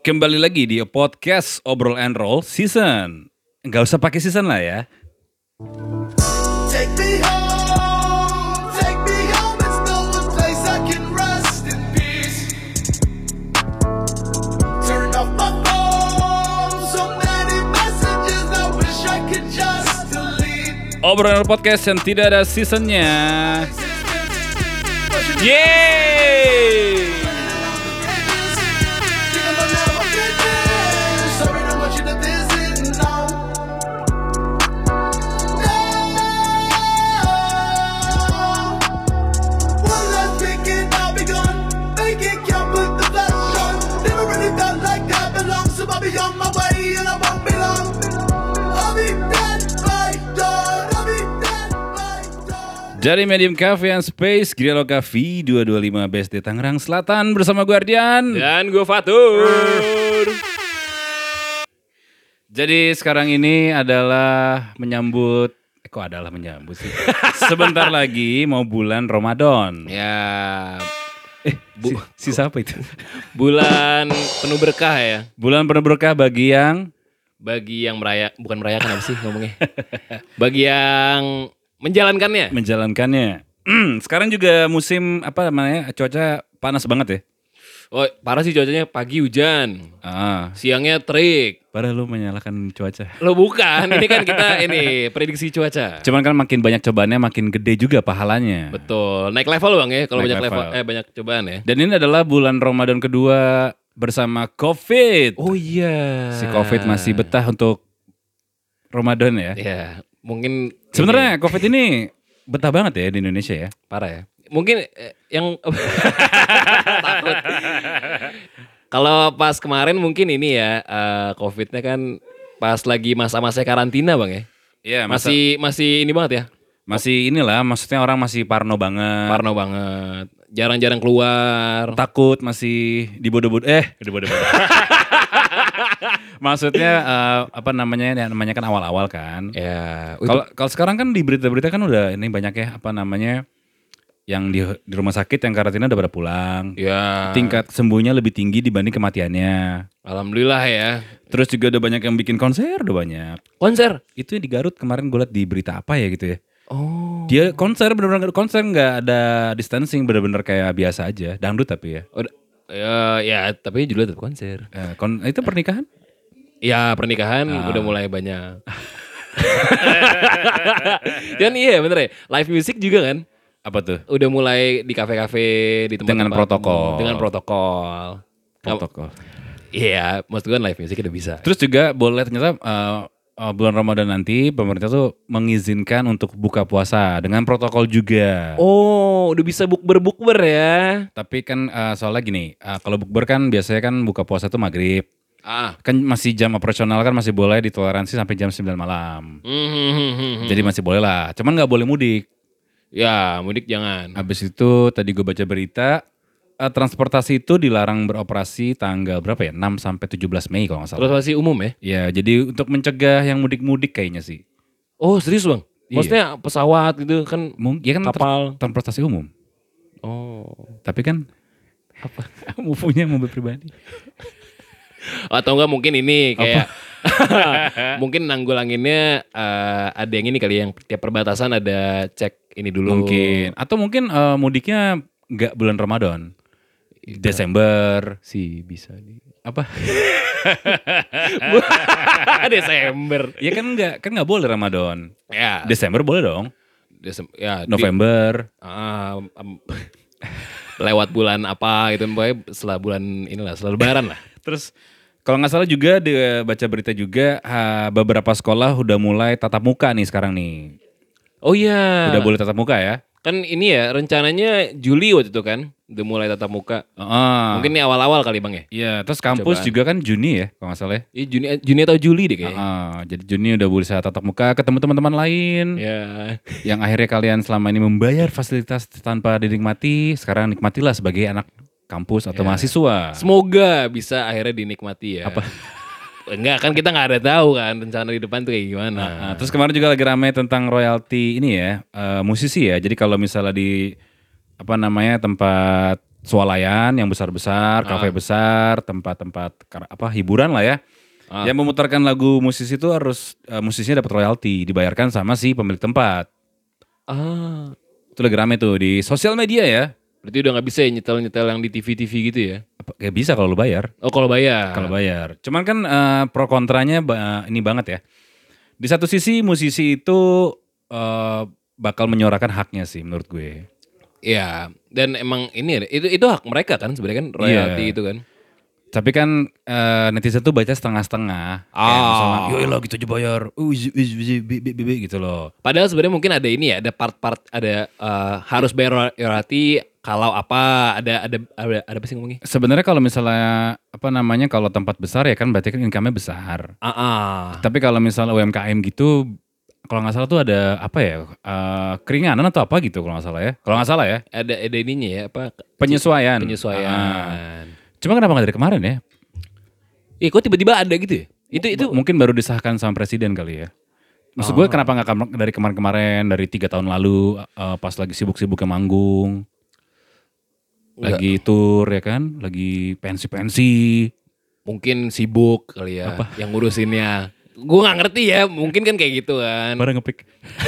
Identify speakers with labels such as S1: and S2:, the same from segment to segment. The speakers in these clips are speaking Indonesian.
S1: Kembali lagi di podcast Obrol and Roll season. Nggak usah pakai season lah ya.
S2: Take me home, it's the one place I can rest in peace. Turn off my phone, so many messages I wish I could just delete.
S1: Obrol and Roll podcast yang tidak ada seasonnya. Yeay! Dari Medium Cafe and Space, Grillo Cafe 225 BSD Tangerang Selatan bersama gue Ardian.
S3: Dan gue Fatur.
S1: Jadi sekarang ini adalah menyambut, sih? Sebentar lagi mau bulan Ramadan.
S3: Ya,
S1: Sisa apa itu?
S3: bulan penuh berkah ya.
S1: Bulan penuh berkah bagi yang
S3: Bukan merayakan apa sih ngomongnya? Bagi yang menjalankannya.
S1: Sekarang juga musim cuaca panas banget ya.
S3: Oh, parah sih cuacanya, pagi hujan. Siangnya terik.
S1: Padahal lu menyalahkan cuaca.
S3: Lo bukan, ini kan kita prediksi cuaca.
S1: Cuman kan makin banyak cobaannya makin gede juga pahalanya.
S3: Betul, naik level Bang ya kalau
S1: Naik
S3: banyak cobaan ya.
S1: Dan ini adalah bulan Ramadan kedua bersama COVID.
S3: Oh iya.
S1: Si COVID masih betah untuk Ramadan ya.
S3: Ya, mungkin
S1: Sebenarnya COVID ini betah banget ya di Indonesia ya.
S3: parah ya. Mungkin yang takut. Kalau pas kemarin mungkin ini ya COVID-nya kan pas lagi masa-masa karantina Bang ya.
S1: Iya,
S3: Masih ini banget ya.
S1: masih inilah, maksudnya orang masih parno banget.
S3: Parno banget. Jarang-jarang keluar.
S1: Takut masih dibodoh-bodoh. Maksudnya namanya kan awal-awal kan.
S3: Ya.
S1: Kalau sekarang kan di berita-berita kan udah ini banyak ya yang di rumah sakit yang karantina udah pada pulang.
S3: Ya.
S1: Tingkat sembuhnya lebih tinggi dibanding kematiannya.
S3: Alhamdulillah ya.
S1: Terus juga udah banyak yang bikin konser, udah banyak.
S3: Konser.
S1: Itu yang di Garut kemarin gue liat di berita apa ya gitu ya.
S3: Oh.
S1: Dia konser bener-bener konser nggak ada distancing, bener-bener kayak biasa aja. Dangdut tapi ya.
S3: Ya, tapi juga tetap konser.
S1: Itu pernikahan?
S3: Ya, pernikahan udah mulai banyak. Dan iya bener ya. Live music juga kan.
S1: Apa tuh?
S3: Udah mulai di kafe-kafe, di tempat-tempat
S1: Dengan protokol.
S3: Dengan protokol.
S1: Protokol.
S3: Iya, maksud gue live music udah bisa.
S1: Terus juga boleh ternyata bulan Ramadan nanti pemerintah tuh mengizinkan untuk buka puasa dengan protokol juga.
S3: Oh, udah bisa bukber ya.
S1: Tapi kan soalnya gini, kalau bukber kan biasanya kan buka puasa tuh maghrib. Kan masih jam operasional kan masih boleh ditoleransi sampai jam 9 malam. Jadi masih boleh lah, cuman gak boleh mudik.
S3: Ya, mudik jangan.
S1: Habis itu tadi gue baca berita, transportasi itu dilarang beroperasi tanggal berapa ya? 6 sampai 17 Mei kalau nggak salah.
S3: Transportasi umum ya?
S1: Ya, jadi untuk mencegah yang mudik-mudik kayaknya sih.
S3: Oh, serius Bang?
S1: Iya.
S3: Maksudnya pesawat gitu kan?
S1: Ya kan
S3: kapal.
S1: Transportasi umum.
S3: Oh.
S1: Tapi kan apa? Punya mobil pribadi.
S3: Atau enggak mungkin ini kayak mungkin nanggulanginnya ada yang ini kali yang tiap perbatasan ada cek ini dulu.
S1: Mungkin. Atau mungkin mudiknya nggak bulan Ramadan. Desember
S3: sih bisa nih.
S1: apa?
S3: Desember.
S1: Ya kan nggak boleh Ramadan.
S3: Ya.
S1: Desember boleh dong.
S3: November. Lewat bulan apa gitu, pokoknya setelah bulan inilah, setelah Lebaran lah.
S1: Terus kalau nggak salah juga baca berita juga beberapa sekolah udah mulai tatap muka nih sekarang nih.
S3: Oh iya.
S1: Udah boleh tatap muka ya?
S3: Kan ini ya rencananya Juli waktu itu kan udah mulai tatap muka. Mungkin ini awal-awal kali Bang ya?
S1: Iya, terus kampus juga kan Juni ya kalau nggak salah ya?
S3: Iya Juni atau Juli deh kayaknya.
S1: Jadi Juni udah bisa tatap muka, ketemu teman-teman lain.
S3: Ya.
S1: Yang akhirnya kalian selama ini membayar fasilitas tanpa dinikmati, sekarang nikmatilah sebagai anak kampus atau mahasiswa.
S3: Semoga bisa akhirnya dinikmati ya.
S1: Apa?
S3: Enggak kan kita nggak ada tahu kan rencana di depan tuh kayak gimana.
S1: Terus kemarin juga lagi ramai tentang royalti ini ya, musisi ya. Jadi kalau misalnya di tempat swalayan yang besar-besar, kafe besar, tempat-tempat hiburan lah ya. Yang memutarkan lagu musisi itu harus musisinya dapat royalti, dibayarkan sama si pemilik tempat. Itu lagi rame tuh di sosial media ya.
S3: Berarti udah nggak bisa ya nyetel-nyetel yang di TV-TV gitu ya?
S1: Kayak bisa kalau lu bayar.
S3: Oh kalau bayar.
S1: Kalau bayar. Cuman kan pro kontranya ini banget ya. Di satu sisi musisi itu bakal menyuarakan haknya sih menurut gue.
S3: Iya. Dan emang ini itu hak mereka kan sebenarnya kan royalti
S1: Iya.
S3: itu kan.
S1: Tapi kan netizen tuh baca setengah-setengah. Kayak misalnya, yoilah gitu aja bayar. Gitu loh.
S3: Padahal sebenarnya mungkin ada ini ya, ada part-part ada harus bayar royalti kalau ada apa sih ngomongnya?
S1: Sebenarnya kalau misalnya kalau tempat besar ya kan berarti kan income-nya besar. Tapi kalau misalnya UMKM gitu, kalau nggak salah tuh ada apa ya keringanan atau apa gitu kalau nggak salah ya. Kalau nggak salah ya.
S3: Ada ininya ya apa?
S1: Penyesuaian.
S3: Penyesuaian.
S1: Cuma kenapa nggak dari kemarin ya?
S3: Kok tiba-tiba ada gitu ya? Itu
S1: Mungkin baru disahkan sama presiden kali ya. Maksud gue kenapa nggak dari kemarin-kemarin, dari 3 tahun lalu pas lagi sibuk-sibuknya manggung. Lagi tour ya kan, lagi pensi-pensi.
S3: mungkin sibuk kali ya yang ngurusinnya. Gue nggak ngerti ya, mungkin kan kayak gitu kan.
S1: Baru ngepik.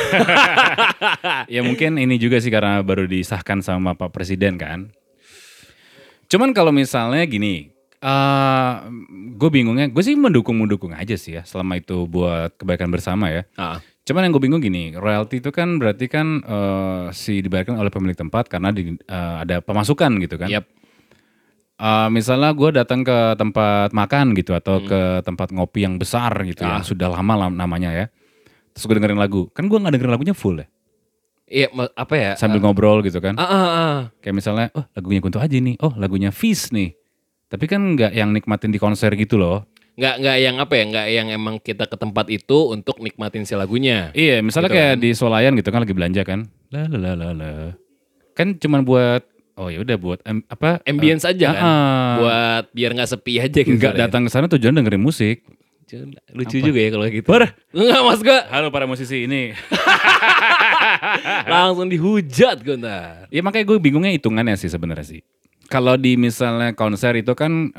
S1: Ya mungkin ini juga sih karena baru disahkan sama Pak Presiden kan. Cuman kalau misalnya gini, gue bingungnya, gue sih mendukung aja sih ya selama itu buat kebaikan bersama ya. Cuman yang gue bingung gini, royalti itu kan berarti kan dibayarkan oleh pemilik tempat karena ada pemasukan gitu kan.
S3: Yap.
S1: Misalnya gue datang ke tempat makan gitu atau ke tempat ngopi yang besar gitu yang sudah lama namanya ya. Terus gue dengerin lagu, kan gue nggak dengerin lagunya full ya.
S3: Iya, apa ya?
S1: Sambil ngobrol gitu kan.
S3: Kayak
S1: Kayak misalnya, oh lagunya Kunto Aji nih, oh lagunya Fish nih. Tapi kan nggak yang nikmatin di konser gitu loh.
S3: nggak yang apa ya? Nggak yang emang kita ke tempat itu untuk nikmatin si lagunya.
S1: Iya, misalnya
S3: Gitu
S1: kayak
S3: kan.
S1: di Swalayan gitu kan lagi belanja kan. Kan cuman buat buat
S3: Ambience aja kan, buat biar nggak sepi aja gitu.
S1: Nggak datang ke sana tujuan dengerin musik.
S3: Lucu juga ya kalau gitu.
S1: Parah.
S3: Enggak mas gue
S1: Halo para musisi ini.
S3: langsung dihujat gue ntar.
S1: Ya makanya gue bingungnya hitungannya sih sebenarnya sih. Kalau di misalnya konser itu kan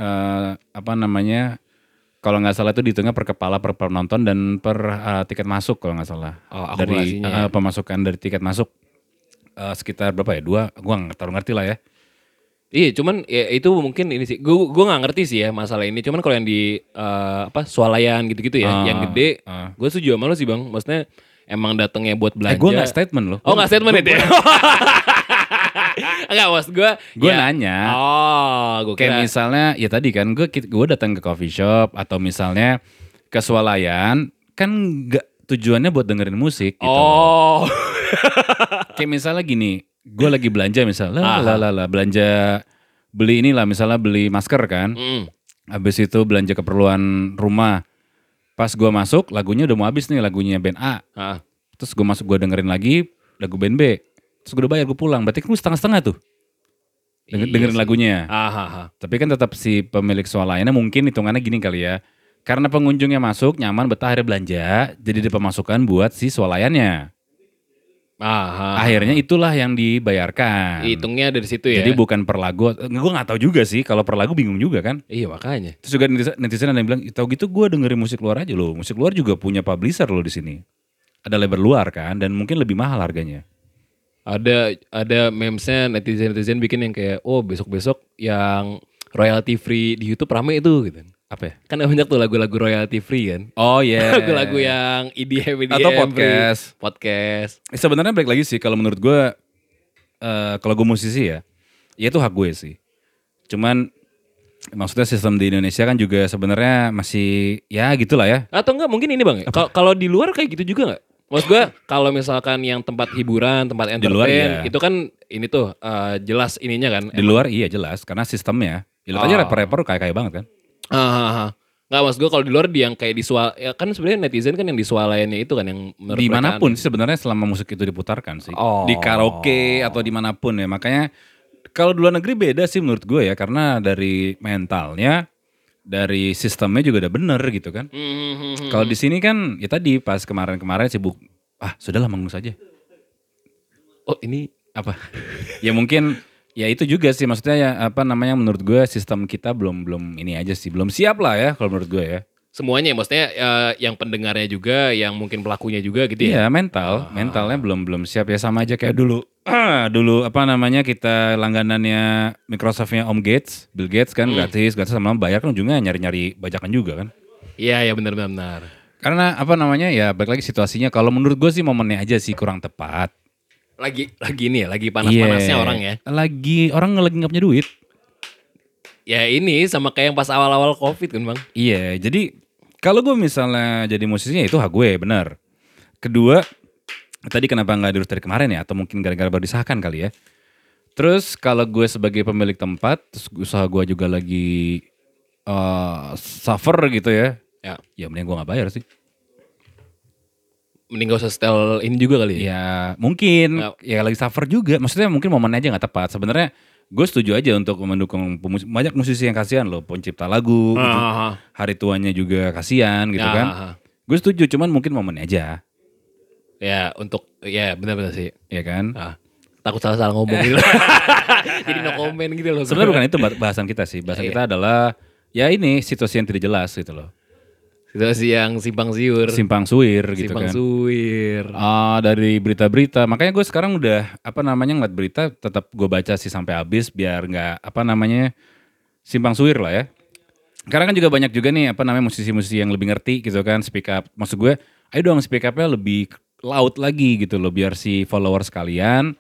S1: kalau nggak salah itu dihitungnya per kepala per penonton dan per tiket masuk kalau nggak salah. Dari
S3: akumulasinya.
S1: pemasukan dari tiket masuk sekitar berapa ya? 2, gue nggak terlalu ngerti lah ya.
S3: Iya, cuman ya itu mungkin ini sih. Gue nggak ngerti sih ya masalah ini. Cuman kalau yang di swalayan gitu-gitu ya, yang gede, gue setuju sama lu sih bang. Maksudnya emang datangnya buat belanja.
S1: Gue nggak statement loh.
S3: Oh nggak statement itu ya? Enggak, maksud gue.
S1: Gue nanya.
S3: Oh, gue
S1: Kayak
S3: kira.
S1: misalnya ya tadi kan gue datang ke coffee shop atau misalnya ke swalayan kan nggak tujuannya buat dengerin musik gitu.
S3: Oh.
S1: Kayak misalnya gini, gue lagi belanja misalnya, belanja beli inilah misalnya beli masker kan, habis itu belanja keperluan rumah. Pas gue masuk lagunya udah mau habis nih lagunya band A, terus gue masuk gue dengerin lagi lagu band B, terus gue udah bayar gue pulang, berarti kan gue setengah-setengah tuh dengerin lagunya. Tapi kan tetap si pemilik swalayannya mungkin hitungannya gini kali ya, karena pengunjungnya masuk nyaman betah akhirnya belanja, jadi ada pemasukan buat si swalayannya. Akhirnya itulah yang dibayarkan.
S3: Hitungnya dari situ ya.
S1: Jadi bukan per lagu. Gue gak tahu juga sih. Kalau per lagu bingung juga kan.
S3: Iya makanya.
S1: Terus juga netizen ada yang bilang, tau gitu gue dengerin musik luar aja loh. Musik luar juga punya publisher loh di sini. Ada label luar kan. Dan mungkin lebih mahal harganya.
S3: Ada memesnya netizen bikin yang kayak besok-besok yang royalty free di YouTube rame itu gitu.
S1: Apa ya?
S3: Kan banyak tuh lagu-lagu royalty free kan.
S1: Oh iya.
S3: Lagu-lagu yang EDM
S1: Atau
S3: free.
S1: podcast.
S3: Podcast.
S1: Sebenarnya balik lagi sih. Kalau menurut gue. Kalau gue musisi ya itu hak gue sih. Cuman maksudnya sistem di Indonesia kan juga sebenarnya masih ya gitulah ya.
S3: Atau enggak mungkin ini bang. Kalau di luar kayak gitu juga nggak? Maksud gue kalau misalkan yang tempat hiburan, tempat entertain,
S1: luar iya.
S3: itu kan ini tuh jelas ininya kan.
S1: Di luar iya jelas karena sistemnya. Ya lihat aja rapper-rapper kaya-kaya banget kan.
S3: Nggak, maksud gue kalau di luar yang kayak di ya kan sebenarnya netizen kan yang di swalayannya itu kan yang menurut
S1: Dimanapun
S3: mereka
S1: sih sebenarnya selama musik itu diputarkan sih.
S3: Oh.
S1: Di karaoke atau dimanapun ya. Makanya kalau di luar negeri beda sih menurut gue ya. Karena dari mentalnya, dari sistemnya juga udah bener gitu kan. Kalau di sini kan ya tadi pas kemarin-kemarin sibuk. Sudahlah manggung saja.
S3: Oh ini
S1: Apa? Ya mungkin Ya itu juga sih maksudnya ya apa namanya menurut gue sistem kita belum ini aja sih belum siap lah ya kalau menurut gue ya.
S3: Semuanya maksudnya yang pendengarnya juga, yang mungkin pelakunya juga gitu
S1: Iya
S3: ya.
S1: mentalnya belum siap ya sama aja kayak dulu dulu apa namanya kita langganannya Microsoftnya Om Gates, Bill Gates kan gratis sama bayar kan ujungnya nyari bajakan juga kan.
S3: Iya benar.
S1: Karena apa namanya ya balik lagi situasinya kalau menurut gue sih momennya aja sih kurang tepat.
S3: Lagi ini ya, lagi panas-panasnya
S1: Iya.
S3: orang ya.
S1: Orang lagi nggak punya duit.
S3: Ya ini sama kayak yang pas awal-awal Covid kan Bang.
S1: Iya, jadi kalau gue misalnya jadi musisinya itu hak gue, benar. Kedua, tadi kenapa nggak diurus dari kemarin ya? Atau mungkin gara-gara baru disahkan kali ya. Terus kalau gue sebagai pemilik tempat, terus usaha gue juga lagi suffer gitu ya. Ya mending gue nggak bayar sih.
S3: Mending gak usah setel ini juga kali ya.
S1: Ya mungkin, ya lagi suffer juga. Maksudnya mungkin momennya aja nggak tepat. Sebenarnya gue setuju aja untuk mendukung banyak musisi yang kasihan loh, pencipta lagu, gitu. Hari tuanya juga kasihan gitu kan. Gue setuju, cuman mungkin momennya aja.
S3: Ya untuk, ya benar-benar sih.
S1: Ya kan?
S3: Takut salah ngomong gitu. Jadi no comment gitu loh.
S1: Sebenarnya bukan itu bahasan kita sih. Bahasan kita adalah ya ini situasi yang tidak jelas gitu loh.
S3: Situasi yang simpang siur.
S1: Simpang suir gitu
S3: Simpang
S1: kan.
S3: suir.
S1: Dari berita-berita. Makanya gue sekarang udah apa namanya ngeliat berita tetap gue baca sih sampai habis biar nggak apa namanya simpang suir lah ya. Karena kan juga banyak juga nih apa namanya musisi-musisi yang lebih ngerti gitu kan speak up. Maksud gue ayo dong speak up-nya lebih laut lagi gitu loh biar si followers kalian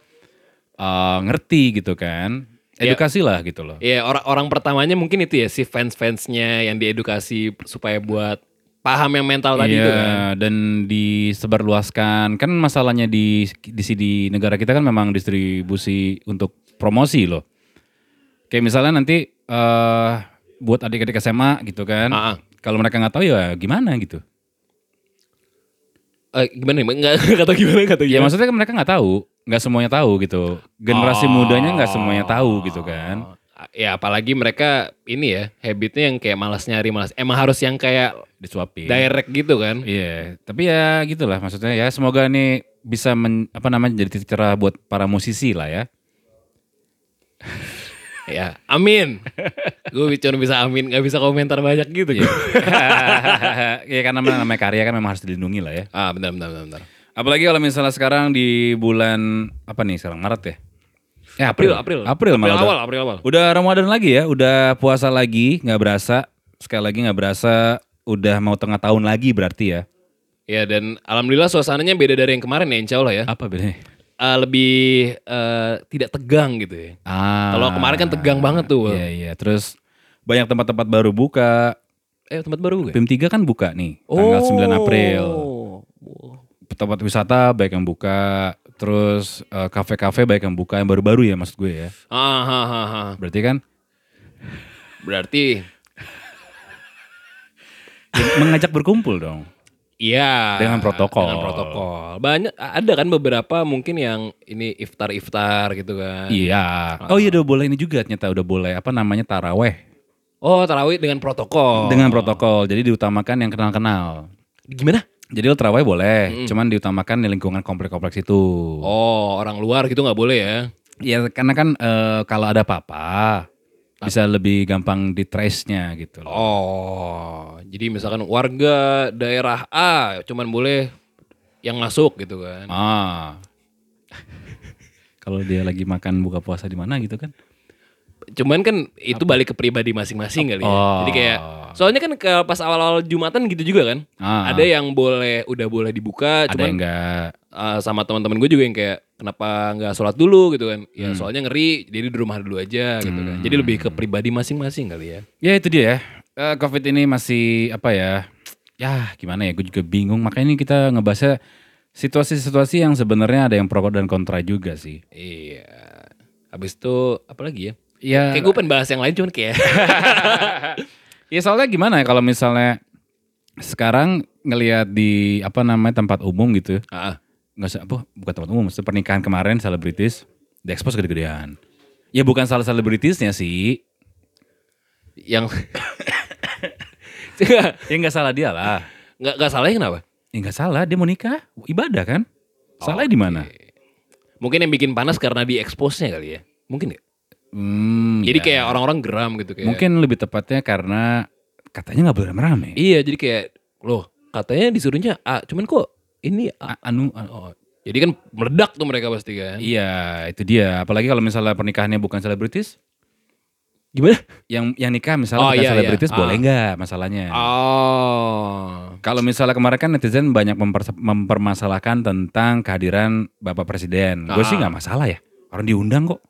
S1: ngerti gitu kan. Edukasi lah gitu loh.
S3: Ya orang pertamanya mungkin itu ya si fans-fansnya yang diedukasi supaya buat paham yang mental tadi itu kan.
S1: Dan disebarluaskan. Kan masalahnya di negara kita kan memang distribusi untuk promosi loh. Kayak misalnya nanti buat adik-adik SMA gitu kan. Kalau mereka nggak tahu ya gimana gitu.
S3: Gimana nih? Nggak tahu gimana.
S1: Ya maksudnya kan mereka nggak tahu. Nggak semuanya tahu gitu. Generasi mudanya nggak semuanya tahu gitu kan.
S3: Ya apalagi mereka ini ya habitnya yang kayak malas nyari. Emang harus yang kayak
S1: Disuapin.
S3: direct gitu kan.
S1: Iya, tapi ya gitulah maksudnya ya semoga nih bisa jadi titik cerah buat para musisi lah ya.
S3: Ya, amin. Gue cuma bisa amin, gak bisa komentar banyak gitu ya.
S1: Ya karena namanya karya kan memang harus dilindungi lah ya.
S3: Benar.
S1: Apalagi kalau misalnya sekarang di bulan apa nih sekarang Maret ya?
S3: April
S1: malah
S3: awal.
S1: Udah Ramadan lagi ya, udah puasa lagi, nggak berasa. Sekali lagi nggak berasa, udah mau tengah tahun lagi berarti ya.
S3: Ya dan alhamdulillah suasananya beda dari yang kemarin ya insya Allah ya.
S1: Apa bedanya?
S3: Lebih tidak tegang gitu ya. Kalau kemarin kan tegang banget tuh.
S1: Iya. Terus banyak tempat-tempat baru buka.
S3: Tempat baru buka?
S1: PIM 3 kan buka nih, tanggal 9 April. Tempat wisata baik yang buka, terus kafe-kafe baik yang buka, yang baru-baru ya maksud gue ya. Berarti kan?
S3: Berarti
S1: mengajak berkumpul dong.
S3: Iya.
S1: Dengan protokol.
S3: Banyak ada kan beberapa mungkin yang ini iftar gitu kan.
S1: Iya. Oh iya udah boleh ini juga ternyata udah boleh apa namanya taraweh.
S3: Oh tarawih dengan protokol.
S1: Dengan protokol. Jadi diutamakan yang kenal-kenal.
S3: Gimana?
S1: Jadi lo taraweh boleh, cuman diutamakan di lingkungan kompleks-kompleks itu.
S3: Oh orang luar gitu nggak boleh ya?
S1: Ya karena kan kalau ada apa-apa bisa lebih gampang di trace-nya gitu loh.
S3: Oh, jadi misalkan warga daerah A cuman boleh yang masuk gitu kan.
S1: Kalau dia lagi makan buka puasa di mana gitu kan.
S3: Cuman kan itu balik ke pribadi masing-masing kali ya. Jadi kayak soalnya kan pas awal-awal Jumatan gitu juga kan. Ada yang udah boleh dibuka,
S1: ada
S3: cuman
S1: yang enggak.
S3: Sama teman-teman gue juga yang kayak kenapa nggak sholat dulu gitu kan. Ya soalnya ngeri, jadi di rumah dulu aja gitu kan. Jadi lebih ke pribadi masing-masing kali ya.
S1: Ya itu dia ya. Covid ini masih apa ya? Ya gimana ya, gue juga bingung. Makanya ini kita ngebahasnya situasi-situasi yang sebenarnya ada yang pro dan kontra juga sih.
S3: Iya. Habis itu apa lagi ya?
S1: Ya,
S3: kayak gue pengen bahas yang lain cuman kayak.
S1: Ya soalnya gimana ya kalau misalnya sekarang ngelihat di apa namanya tempat umum gitu. Nggak usah bukan tempat umum, maksudnya pernikahan kemarin selebritis diekspos gede-gedean. Ya bukan salah selebritisnya sih.
S3: Yang
S1: ya nggak salah dia lah.
S3: Nggak salahnya kenapa?
S1: Ya nggak salah, dia mau nikah, ibadah kan. Salahnya di mana?
S3: Mungkin yang bikin panas karena diekspos-nya kali ya. Mungkin nggak? Jadi
S1: ya.
S3: kayak orang-orang geram gitu kayak.
S1: Mungkin lebih tepatnya karena katanya nggak boleh rame-rame.
S3: Iya, jadi kayak loh katanya disuruhnya A, cuman kok ini A. Oh, jadi kan meledak tuh mereka pasti kan.
S1: Iya, itu dia. Apalagi kalau misalnya pernikahannya bukan selebritis,
S3: Gimana?
S1: yang nikah misalnya
S3: Oh,
S1: bukan
S3: iya,
S1: selebritis
S3: iya.
S1: boleh nggak masalahnya?
S3: Oh.
S1: Kalau misalnya kemarin kan netizen banyak mempermasalahkan tentang kehadiran Bapak Presiden. Gue sih nggak masalah ya. Orang diundang kok.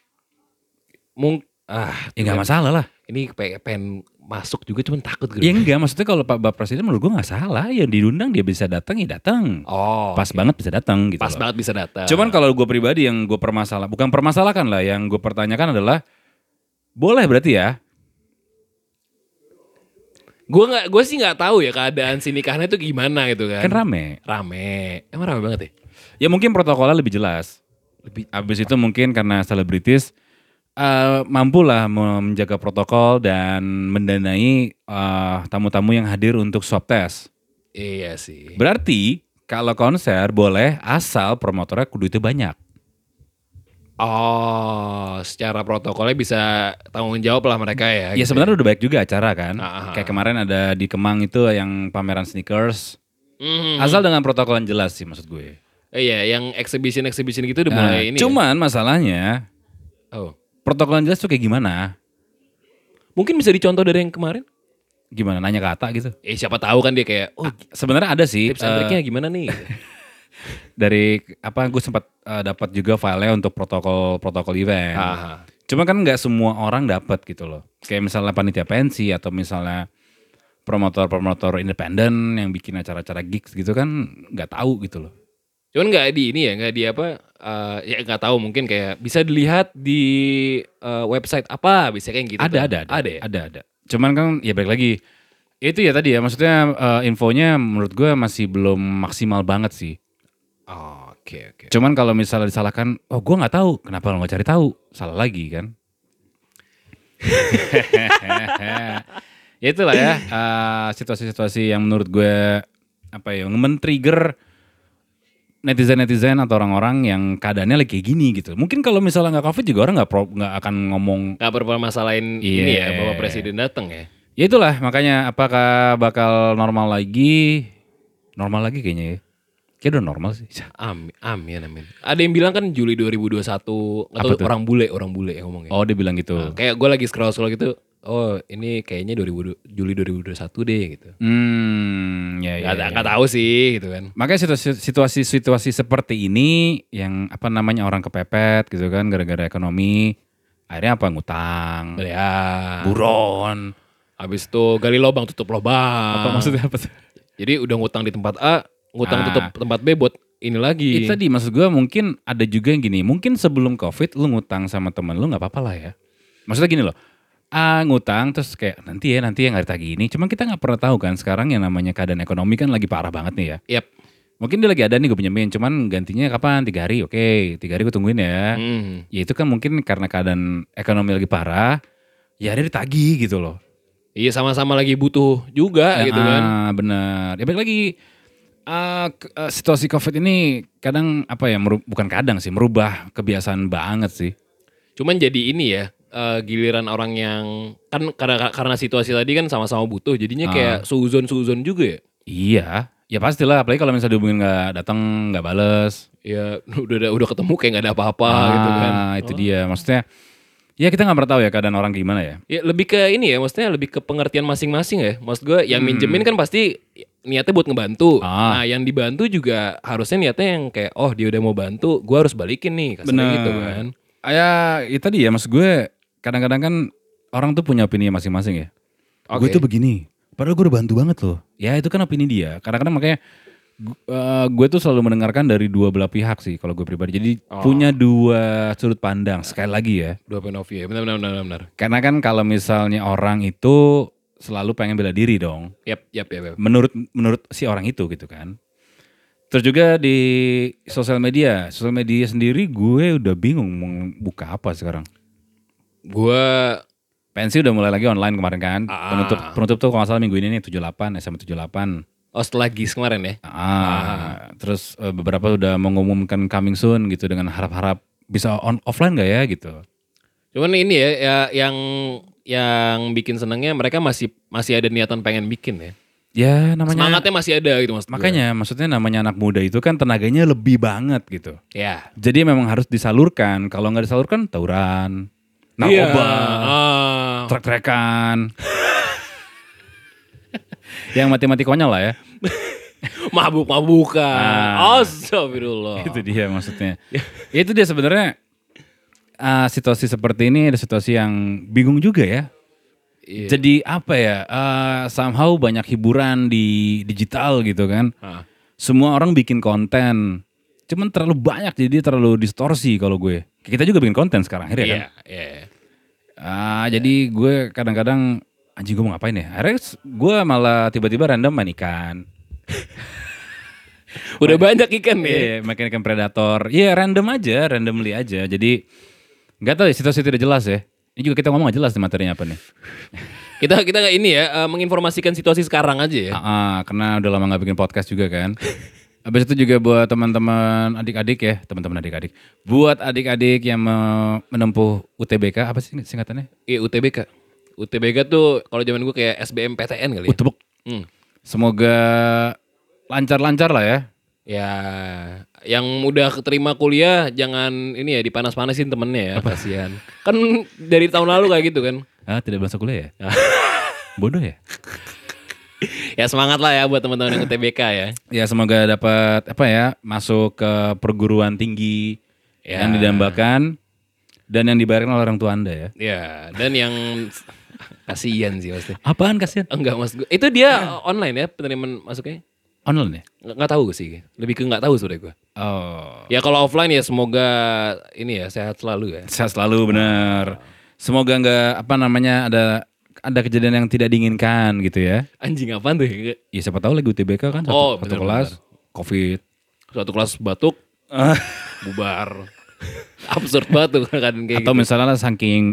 S1: Ya nggak masalah lah.
S3: Ini pengen masuk juga cuman takut gitu.
S1: Ya enggak, maksudnya kalau Bapak Presiden menurut gue nggak salah. Yang diundang dia bisa datang ya datang.
S3: Oh.
S1: Pas banget bisa datang gitu.
S3: Pas
S1: loh.
S3: banget bisa datang.
S1: Cuman kalau gue pribadi yang gue bukan permasalahkan lah. Yang gue pertanyakan adalah boleh berarti ya.
S3: Gue sih nggak tahu ya keadaan si nikahnya itu gimana gitu kan.
S1: Kan rame.
S3: Emang rame banget ya.
S1: Ya mungkin protokolnya lebih jelas. Abis itu mungkin karena selebritis mampulah menjaga protokol dan mendanai tamu-tamu yang hadir untuk swab test.
S3: Iya sih.
S1: Berarti kalau konser boleh asal promotornya kudu itu banyak.
S3: Oh, secara protokolnya bisa tanggung jawab lah mereka ya.
S1: Ya
S3: gitu
S1: sebenarnya udah baik juga acara kan.
S3: Ah.
S1: Kayak kemarin ada di Kemang itu yang pameran sneakers.
S3: Mhm.
S1: Asal dengan protokol yang jelas sih maksud gue.
S3: Iya, yang exhibition gitu udah
S1: Nah,
S3: mulai ini.
S1: cuman masalahnya
S3: Oh.
S1: protokol yang jelas tuh kayak gimana?
S3: Mungkin bisa dicontoh dari yang kemarin.
S1: Gimana nanya ke Atta gitu.
S3: Siapa tahu kan dia kayak,
S1: Sebenarnya ada sih.
S3: tips and triknya gimana nih?
S1: Dari gue sempat dapat juga filenya untuk protokol event.
S3: Aha.
S1: Cuma kan nggak semua orang dapat gitu loh. Kayak misalnya panitia pensi atau misalnya promotor independen yang bikin acara-acara gigs gitu kan nggak tahu gitu loh.
S3: Cuman nggak di ini ya, nggak di apa? Ya nggak tahu mungkin kayak bisa dilihat di website apa, bisa kayak gitu.
S1: Ada
S3: ya.
S1: Ada. Cuman kan ya balik lagi itu ya tadi ya maksudnya infonya menurut gue masih belum maksimal banget sih.
S3: Oh, oke.
S1: Cuman kalau misalnya disalahkan, oh gue nggak tahu, kenapa lo nggak cari tahu? Salah lagi kan? Ya itulah ya situasi-situasi yang menurut gue apa ya men-trigger netizen atau orang-orang yang keadaannya lagi kayak gini gitu. Mungkin kalau misalnya nggak COVID juga orang nggak akan ngomong.
S3: Nggak bermasalahin ini ya, Bapak Presiden datang ya.
S1: Ya itulah makanya apakah bakal normal lagi kayaknya ya. Kayak udah normal sih.
S3: Amin. Ada yang bilang kan Juli 2021, atau orang bule yang ngomongnya.
S1: Oh dia bilang gitu.
S3: Nah, kayak gue lagi scroll gitu, oh ini kayaknya Juli 2021 deh gitu.
S1: Ya.
S3: Nggak tahu sih gitu kan.
S1: Makanya situasi seperti ini yang apa namanya orang kepepet gitu kan gara-gara ekonomi. Akhirnya apa ngutang,
S3: Ya.
S1: buron.
S3: Habis itu gali lubang tutup lubang.
S1: Apa maksudnya apa tuh?
S3: Jadi udah ngutang di tempat A, ngutang tutup tempat B buat ini lagi.
S1: Itu tadi maksud gue mungkin ada juga yang gini. Mungkin sebelum COVID lu ngutang sama temen lu gak apa-apa lah ya. Maksudnya gini loh. Ngutang terus kayak nanti yang hari tagi ini. Cuma kita gak pernah tahu kan sekarang yang namanya keadaan ekonomi kan lagi parah banget nih ya.
S3: Yap.
S1: Mungkin dia lagi ada nih gue pinjemin. Cuman gantinya kapan? 3 hari. Oke 3 hari gue tungguin ya. Ya itu kan mungkin karena keadaan ekonomi lagi parah. Ya dia ditagih gitu loh.
S3: Iya sama-sama lagi butuh juga gitu kan.
S1: Bener. Ya balik lagi. Situasi COVID ini kadang apa ya bukan kadang sih merubah kebiasaan banget sih.
S3: Cuman jadi ini ya giliran orang yang kan karena situasi tadi kan sama-sama butuh jadinya kayak suzon juga ya.
S1: Iya, ya pastilah apalagi kalau misalnya dihubungin nggak datang nggak bales.
S3: Ya udah ketemu kayak nggak ada apa-apa gitu kan.
S1: Itu dia maksudnya. Ya kita nggak pernah tahu ya keadaan orang gimana ya.
S3: Ya lebih ke ini ya maksudnya lebih ke pengertian masing-masing ya. Maksud gue yang minjemin kan pasti niatnya buat ngebantu. Nah yang dibantu juga harusnya niatnya yang kayak oh dia udah mau bantu gue harus balikin nih kasarnya gitu kan.
S1: Ya tadi ya maksud gue kadang-kadang kan orang tuh punya opini masing-masing ya. Gue tuh begini padahal gue udah bantu banget loh. Ya itu kan opini dia. Kadang-kadang makanya gue tuh selalu mendengarkan dari dua belah pihak sih kalau gue pribadi. Jadi punya dua sudut pandang sekali lagi ya.
S3: Dua point of view, benar.
S1: Karena kan kalau misalnya orang itu selalu pengen bela diri dong.
S3: Yap.
S1: Menurut si orang itu gitu kan. Terus juga di sosial media sendiri gue udah bingung mau buka apa sekarang.
S3: Gue
S1: pensi udah mulai lagi online kemarin kan. Penutup tuh kalau nggak salah minggu ini nih 78 SMA 78.
S3: Oh setelah GIS kemarin ya?
S1: Terus beberapa udah mengumumkan coming soon gitu dengan harap-harap bisa offline gak ya gitu.
S3: Cuman ini ya yang bikin senengnya mereka masih ada niatan pengen bikin ya.
S1: Ya namanya.
S3: Semangatnya masih ada gitu maksud gue.
S1: Makanya maksudnya namanya anak muda itu kan tenaganya lebih banget gitu.
S3: Ya.
S1: Jadi memang harus disalurkan. Kalau nggak disalurkan tawuran, narkoba, trek-trekan. Yang mati-mati konyol lah ya.
S3: Mabuk-mabukan. Astagfirullah.
S1: Itu dia maksudnya. Itu dia sebenarnya situasi seperti ini ada situasi yang bingung juga ya.
S3: Iya.
S1: Jadi apa ya? Somehow banyak hiburan di digital gitu kan. Semua orang bikin konten. Cuman terlalu banyak jadi terlalu distorsi kalau gue. Kita juga bikin konten sekarang akhirnya kan.
S3: Iya.
S1: Jadi gue kadang-kadang anjing gue mau ngapain ya? Akhirnya gue malah tiba-tiba random main ikan.
S3: Udah banyak ikan ya.
S1: Iya, makan ikan predator. Iya, randomly aja. Jadi nggak tahu ya, situasi tidak jelas ya. Ini juga kita ngomong gak jelas nih materinya apa nih.
S3: Kita ini ya menginformasikan situasi sekarang aja ya.
S1: Karena udah lama nggak bikin podcast juga kan. Habis itu juga buat teman-teman adik-adik ya, teman-teman adik-adik. Buat adik-adik yang menempuh UTBK, apa sih singkatannya?
S3: Iya UTBK. UTBK tuh kalau zaman gue kayak SBMPTN kali ya.
S1: UTBK. Semoga lancar-lancar lah ya.
S3: Ya, yang udah keterima kuliah jangan ini ya dipanas-panasin temennya ya, kasihan. Kan dari tahun lalu kayak gitu kan.
S1: Tidak masuk kuliah ya? Bodoh ya?
S3: Ya semangat lah ya buat teman-teman yang UTBK ya.
S1: Ya semoga dapat masuk ke perguruan tinggi yang didambakan dan yang dibayarkan oleh orang tua Anda ya.
S3: Ya, dan yang kasihan sih pasti.
S1: Apaan kasihan?
S3: Enggak mas gue. Itu dia online ya penerimaan masuknya?
S1: Online ya?
S3: Nggak tahu sih, lebih ke nggak tahu sebenarnya gue.
S1: Oh.
S3: Ya kalau offline ya semoga ini ya sehat selalu ya.
S1: Sehat selalu bener. Semoga nggak ada kejadian yang tidak diinginkan gitu ya.
S3: Anjing apaan tuh?
S1: Ya siapa tahu lagi UTBK kan satu kelas COVID.
S3: Satu kelas batuk, bubar. Absurd banget tuh kan kayak
S1: Atau
S3: gitu.
S1: misalnya saking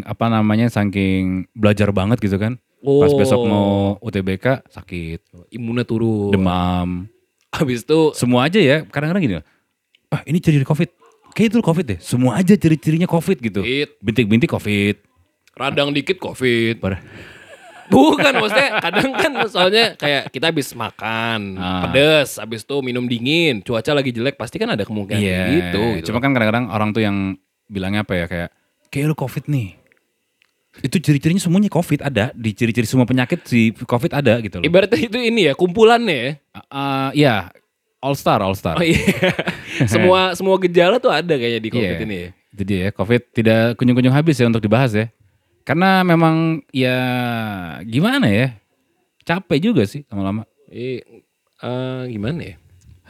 S1: belajar banget gitu kan. Pas besok mau UTBK sakit,
S3: Imunnya turun.
S1: demam.
S3: Habis itu
S1: Semua aja ya, kadang-kadang gini. Ini ciri COVID. Kayak itu COVID deh. Semua aja ciri-cirinya COVID gitu. Bintik-bintik COVID.
S3: radang dikit COVID.
S1: Parah.
S3: Bukan maksudnya kadang kan soalnya kayak kita habis makan pedes, habis itu minum dingin, cuaca lagi jelek pasti kan ada kemungkinan gitu.
S1: Cuma kan kadang-kadang orang tuh yang bilangnya apa ya kayak lu COVID nih. Itu ciri-cirinya semuanya COVID ada. Di ciri-ciri semua penyakit si COVID ada gitu loh.
S3: Ibaratnya itu ini ya kumpulannya ya.
S1: Iya, all star.
S3: Oh iya. semua gejala tuh ada kayaknya di COVID ini ya.
S1: Jadi ya COVID tidak kunjung-kunjung habis ya untuk dibahas ya. Karena memang ya gimana ya. Capek juga sih lama-lama.
S3: Gimana ya?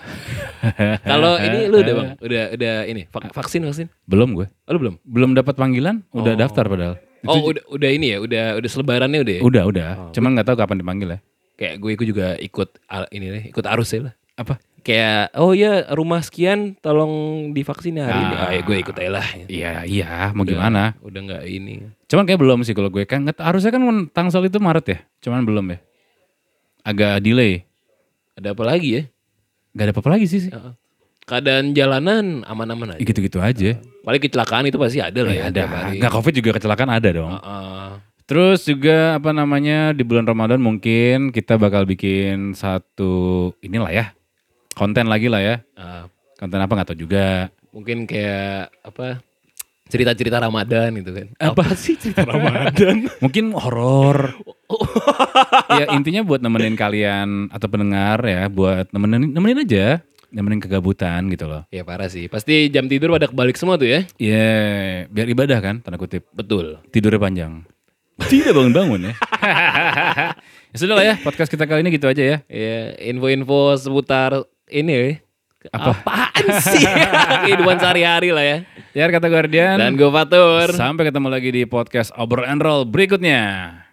S3: Kalau ini lu udah bang, udah ini vaksin?
S1: Belum gue.
S3: Oh, lu belum?
S1: Belum dapat panggilan, udah daftar padahal.
S3: Udah ini ya, udah selebarannya udah ya?
S1: Udah. Cuman nggak tahu kapan dipanggil ya.
S3: Kayak gue juga ikut arus ya lah.
S1: Apa?
S3: Kayak rumah sekian tolong divaksin hari ini. Ya gue ikut aja lah.
S1: Iya, mau gimana?
S3: Udah nggak ini.
S1: Cuman kayak belum sih kalau gue kan harusnya kan tangsel itu Maret ya. Cuman belum ya. Agak delay.
S3: Ada apa lagi ya?
S1: Gak ada apa-apa lagi sih.
S3: Keadaan jalanan aman-aman aja.
S1: Gitu-gitu aja.
S3: Paling kecelakaan itu pasti ada lah ya.
S1: Ada. Nggak COVID juga kecelakaan ada dong.
S3: Uh-uh.
S1: Terus juga di bulan Ramadan mungkin kita bakal bikin satu inilah ya. Konten lagi lah ya. Konten apa nggak tahu juga.
S3: Mungkin kayak apa? Cerita-cerita Ramadan gitu kan.
S1: Apa sih cerita Ramadan? Mungkin horor. Ya intinya buat nemenin kalian atau pendengar ya, buat nemenin aja, nemenin kegabutan gitu loh.
S3: Ya parah sih. Pasti jam tidur pada kebalik semua tuh ya.
S1: Iya, biar ibadah kan, tanda kutip.
S3: Betul.
S1: Tidurnya panjang. Tidak bangun-bangun ya. Ya sudah lah ya, podcast kita kali ini gitu aja ya.
S3: Ya, info-info seputar ini ya. Apaan sih? Kehidupan sehari-hari lah ya.
S1: Ya kata Guardian.
S3: Dan gue Fatur.
S1: Sampai ketemu lagi di podcast Obrol and Roll berikutnya.